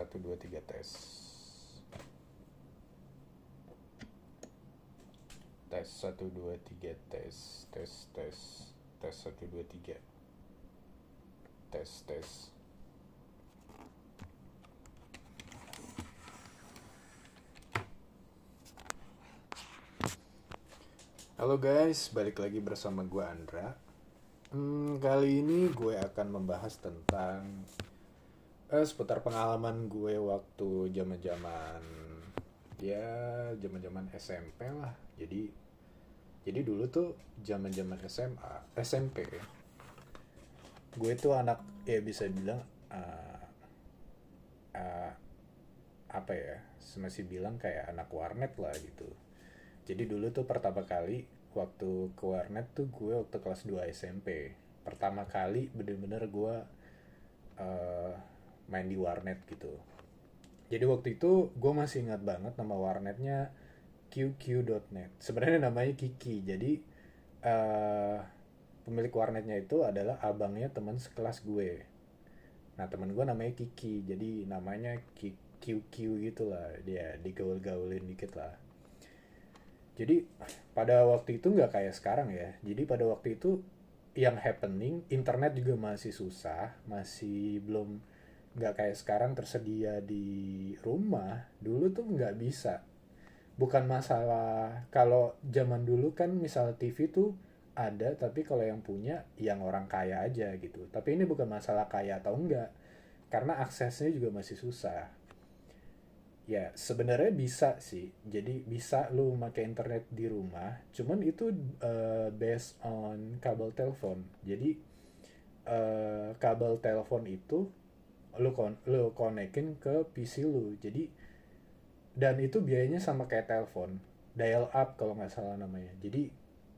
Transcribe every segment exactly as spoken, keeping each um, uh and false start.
satu dua tiga tes. Tes satu dua tiga tes. Tes tes. Tes satu dua tiga. Tes tes. Halo guys, balik lagi bersama gue Andra. Hmm, kali ini gue akan membahas tentang eh, seputar pengalaman gue waktu zaman-zaman ya zaman-zaman S M P lah. Jadi jadi dulu tuh zaman-zaman S M A, S M P. Gue tuh anak ya bisa bilang uh, uh, apa ya? Masih bilang kayak anak warnet lah gitu. Jadi dulu tuh pertama kali waktu ke warnet tuh gue waktu kelas dua S M P. Pertama kali bener-bener gue uh, main di warnet gitu. Jadi waktu itu gue masih ingat banget nama warnetnya Q Q dot net. Sebenarnya namanya Kiki. Jadi uh, pemilik warnetnya itu adalah abangnya teman sekelas gue. Nah teman gue namanya Kiki. Jadi namanya Q Q gitu lah. Dia digaul-gaulin dikit lah. Jadi pada waktu itu nggak kayak sekarang ya. Jadi pada waktu itu yang happening, internet juga masih susah, masih belum nggak kayak sekarang tersedia di rumah. Dulu tuh nggak bisa. Bukan masalah kalau zaman dulu kan misal T V tuh ada, tapi kalau yang punya yang orang kaya aja gitu. Tapi ini bukan masalah kaya atau enggak, karena aksesnya juga masih susah. Ya sebenarnya bisa sih, jadi bisa lu pakai internet di rumah, cuman itu uh, based on kabel telepon. Jadi uh, kabel telepon itu lu kon lu konekin ke P C lu. Jadi dan itu biayanya sama kayak telepon, dial up kalau nggak salah namanya. Jadi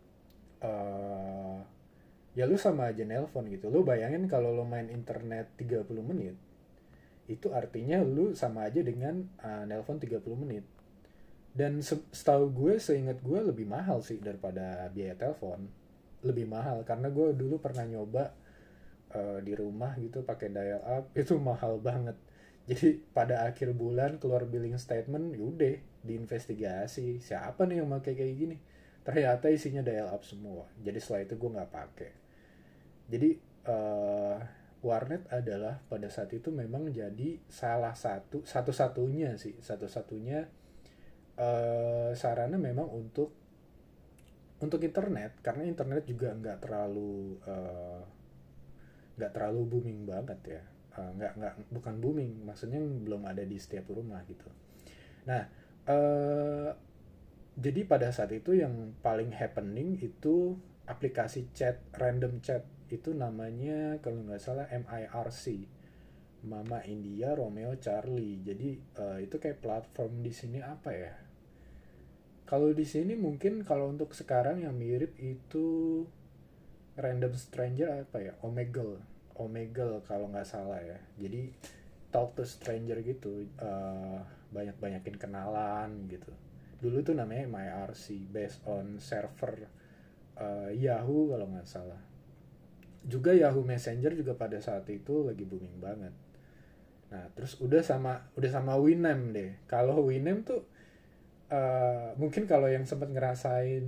uh, ya lu sama aja nelpon gitu. Lu bayangin kalau lu main internet tiga puluh menit, itu artinya lu sama aja dengan uh, nelpon tiga puluh menit. Dan se- setahu gue, seingat gue lebih mahal sih daripada biaya telepon. Lebih mahal karena gue dulu pernah nyoba uh, di rumah gitu pakai dial up, itu mahal banget. Jadi pada akhir bulan keluar billing statement, yaudah diinvestigasi siapa nih yang pakai kayak gini. Ternyata isinya dial up semua. Jadi setelah itu gue nggak pakai. Jadi uh, warnet adalah pada saat itu memang jadi salah satu satu-satunya sih satu-satunya uh, sarana memang untuk untuk internet, karena internet juga nggak terlalu uh, nggak terlalu booming banget ya. Uh, nggak nggak bukan booming, maksudnya belum ada di setiap rumah gitu. Nah uh, jadi pada saat itu yang paling happening itu aplikasi chat, random chat. Itu namanya kalau nggak salah M I R C, Mama India Romeo Charlie. Jadi uh, itu kayak platform di sini apa ya? Kalau di sini mungkin kalau untuk sekarang yang mirip itu Random Stranger apa ya? Omegle, Omegle kalau nggak salah ya. Jadi talk to stranger gitu, uh, banyak-banyakin kenalan gitu. Dulu tuh namanya M I R C, based on server uh, Yahoo kalau nggak salah. Juga Yahoo Messenger juga pada saat itu lagi booming banget. Nah terus udah sama udah sama Winem deh. Kalau Winem tuh uh, mungkin kalau yang sempat ngerasain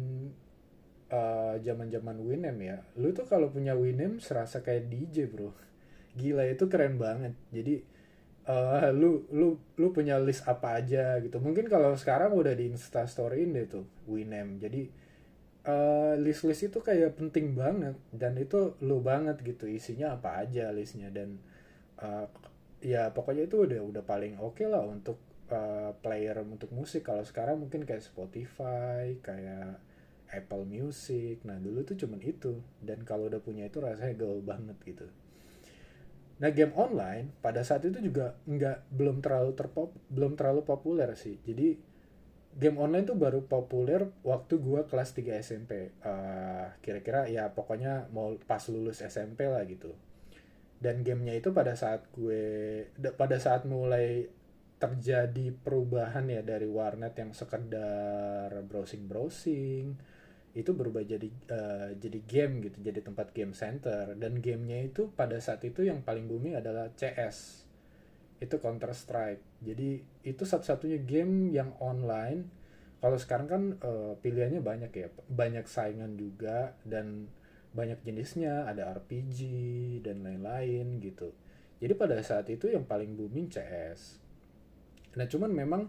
uh, zaman-zaman Winem ya, lu tuh kalau punya Winem serasa kayak D J bro. Gila itu keren banget. Jadi uh, lu lu lu punya list apa aja gitu. Mungkin kalau sekarang udah di Instastoryin deh tuh Winem. Jadi uh, list-list itu kayak penting banget, dan itu lu banget gitu isinya apa aja listnya. Dan uh, ya pokoknya itu udah udah paling oke okay lah untuk uh, player untuk musik. Kalau sekarang mungkin kayak Spotify, kayak Apple Music. Nah dulu tuh cuman itu, dan kalau udah punya itu rasanya gaul banget gitu. Nah game online pada saat itu juga nggak belum terlalu terpop belum terlalu populer sih. Jadi game online tuh baru populer waktu gue kelas tiga S M P. Uh, kira-kira ya pokoknya mau pas lulus S M P lah gitu. Dan gamenya itu pada saat gue pada saat mulai terjadi perubahan ya dari warnet yang sekedar browsing-browsing, itu berubah jadi uh, jadi game gitu, jadi tempat game center. Dan gamenya itu pada saat itu yang paling booming adalah C S. itu Counter Strike. Jadi itu satu-satunya game yang online. Kalau sekarang kan eh, pilihannya banyak ya, banyak saingan juga dan banyak jenisnya, ada R P G dan lain-lain gitu. Jadi pada saat itu yang paling booming C S. Nah cuman memang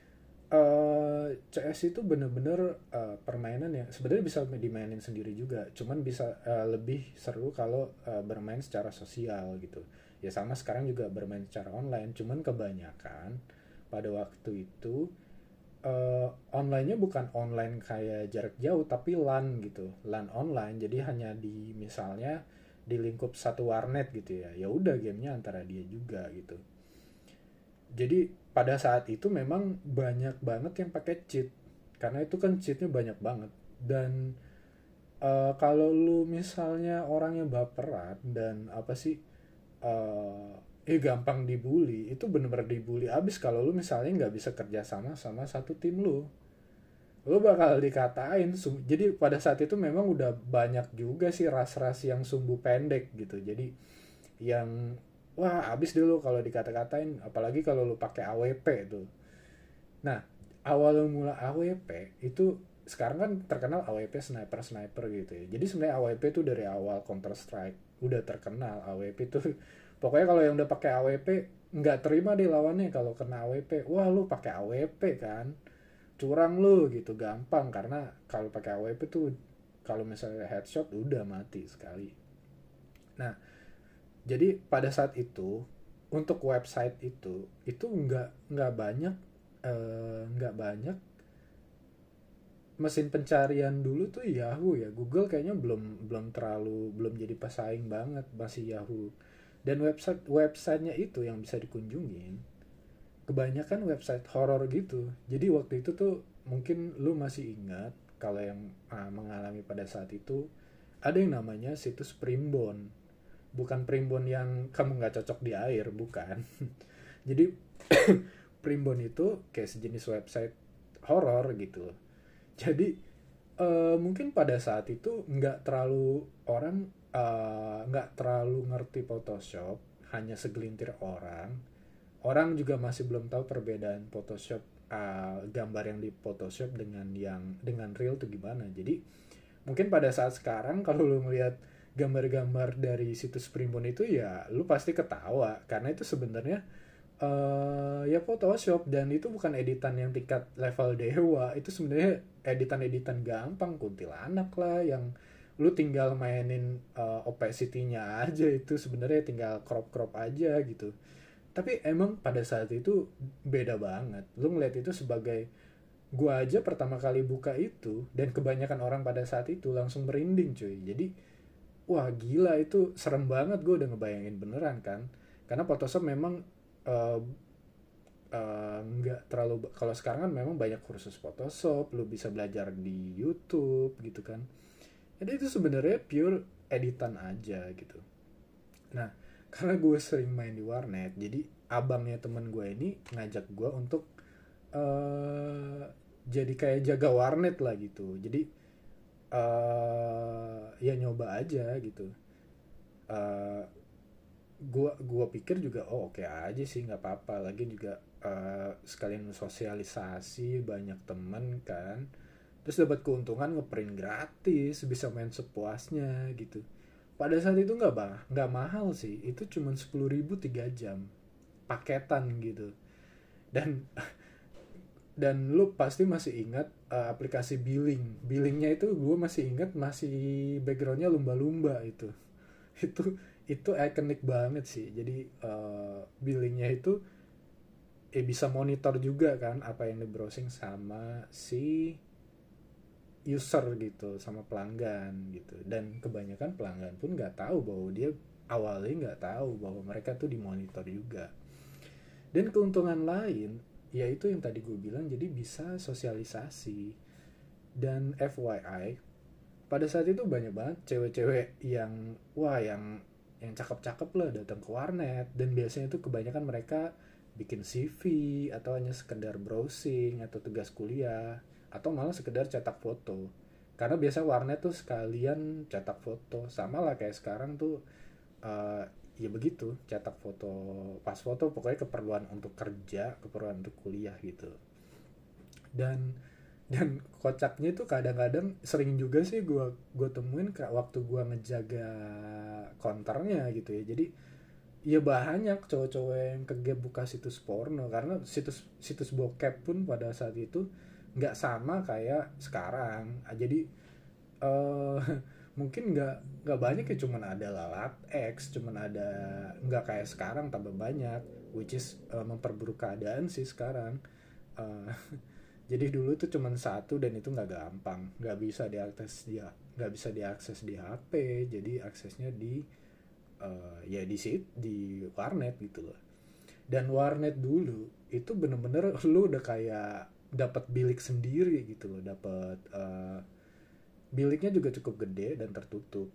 eh C S itu bener-bener eh, permainan yang sebenarnya bisa dimainin sendiri juga, cuman bisa eh, lebih seru kalau eh, bermain secara sosial gitu. Ya sama sekarang juga bermain secara online, cuman kebanyakan pada waktu itu eh, online-nya bukan online kayak jarak jauh tapi LAN gitu, LAN online. Jadi hanya di misalnya di lingkup satu warnet gitu ya. Ya udah gamenya antara dia juga gitu. Jadi pada saat itu memang banyak banget yang pakai cheat karena itu kan cheatnya banyak banget dan eh, kalau lu misalnya orangnya baperan dan apa sih eh eh gampang dibully itu bener-bener dibully abis kalau lu misalnya nggak bisa kerja sama sama satu tim lu lu bakal dikatain jadi pada saat itu memang udah banyak juga sih ras-ras yang sumbu pendek gitu jadi yang wah abis dulu kalau dikata-katain apalagi kalau lu pakai A W P tuh. Nah awal mula A W P itu sekarang kan terkenal A W P sniper sniper gitu ya jadi sebenarnya A W P tuh dari awal Counter Strike udah terkenal A W P tuh pokoknya kalau yang udah pakai A W P nggak terima deh lawannya kalau kena A W P wah lu pakai A W P kan curang lu gitu gampang karena kalau pakai A W P tuh kalau misalnya headshot udah mati sekali. Nah jadi pada saat itu untuk website itu itu nggak nggak banyak eh, nggak banyak mesin pencarian dulu tuh Yahoo ya Google kayaknya belum belum terlalu belum jadi pesaing banget masih Yahoo dan website websitenya itu yang bisa dikunjungin kebanyakan website horor gitu jadi waktu itu tuh mungkin lu masih ingat kalau yang ah, mengalami pada saat itu ada yang namanya situs primbon bukan primbon yang kamu nggak cocok di air bukan jadi primbon itu kayak sejenis website horor gitu jadi uh, mungkin pada saat itu nggak terlalu orang uh, nggak terlalu ngerti Photoshop hanya segelintir orang orang juga masih belum tahu perbedaan Photoshop uh, gambar yang di Photoshop dengan yang dengan real tuh gimana jadi mungkin pada saat sekarang kalau lu ngeliat gambar-gambar dari situs primbon itu ya lu pasti ketawa karena itu sebenarnya uh, ya Photoshop dan itu bukan editan yang tingkat level dewa itu sebenarnya editan-editan gampang kuntilanak lah yang lu tinggal mainin uh, opacity-nya aja itu sebenarnya tinggal crop-crop aja gitu tapi emang pada saat itu beda banget lu ngeliat itu sebagai gua aja pertama kali buka itu dan kebanyakan orang pada saat itu langsung merinding cuy jadi wah gila itu serem banget gue udah ngebayangin beneran kan karena Photoshop memang uh, uh, nggak terlalu kalau sekarang kan memang banyak kursus Photoshop lu bisa belajar di YouTube gitu kan jadi itu sebenarnya pure editan aja gitu nah karena gue sering main di warnet jadi abangnya temen gue ini ngajak gue untuk uh, jadi kayak jaga warnet lah gitu jadi uh, ya nyoba aja gitu uh, gua gua pikir juga oh oke okay aja sih nggak apa-apa lagi juga uh, sekalian sosialisasi banyak temen kan terus dapat keuntungan ngeprint gratis bisa main sepuasnya gitu pada saat itu nggak bah nggak mahal sih itu cuma sepuluh ribu tiga jam paketan gitu dan dan lu pasti masih ingat uh, aplikasi billing billingnya itu gue masih ingat masih backgroundnya lumba-lumba itu itu itu ikonik banget sih jadi uh, billingnya itu eh bisa monitor juga kan apa yang di browsing sama si user gitu sama pelanggan gitu dan kebanyakan pelanggan pun nggak tahu bahwa dia awalnya nggak tahu bahwa mereka tuh dimonitor juga dan keuntungan lain yaitu yang tadi gue bilang jadi bisa sosialisasi dan F Y I pada saat itu banyak banget cewek-cewek yang wah yang yang cakep-cakep lah datang ke warnet dan biasanya itu kebanyakan mereka bikin C V atau hanya sekedar browsing atau tugas kuliah atau malah sekedar cetak foto karena biasa warnet tuh sekalian cetak foto sama lah kayak sekarang tuh uh, ya begitu, cetak foto, pas foto pokoknya keperluan untuk kerja, keperluan untuk kuliah gitu. Dan dan kocaknya itu kadang-kadang sering juga sih gue gue temuin kayak waktu gue ngejaga konternya gitu ya. Jadi ya banyak cowok-cowok yang kegep buka situs porno, karena situs situs bokep pun pada saat itu nggak sama kayak sekarang. Ah, jadi eh mungkin nggak nggak banyak ya, cuman ada lalat X, cuman ada, nggak kayak sekarang tambah banyak, which is eh, memperburuk keadaan sih sekarang. Eh, jadi dulu tuh cuman satu dan itu nggak gampang, nggak bisa diakses dia, nggak bisa diakses di H P, jadi aksesnya di eh, ya di sit di warnet gitu loh. Dan warnet dulu itu bener-bener lu udah kayak dapat bilik sendiri gitu loh, dapat eh, biliknya juga cukup gede dan tertutup.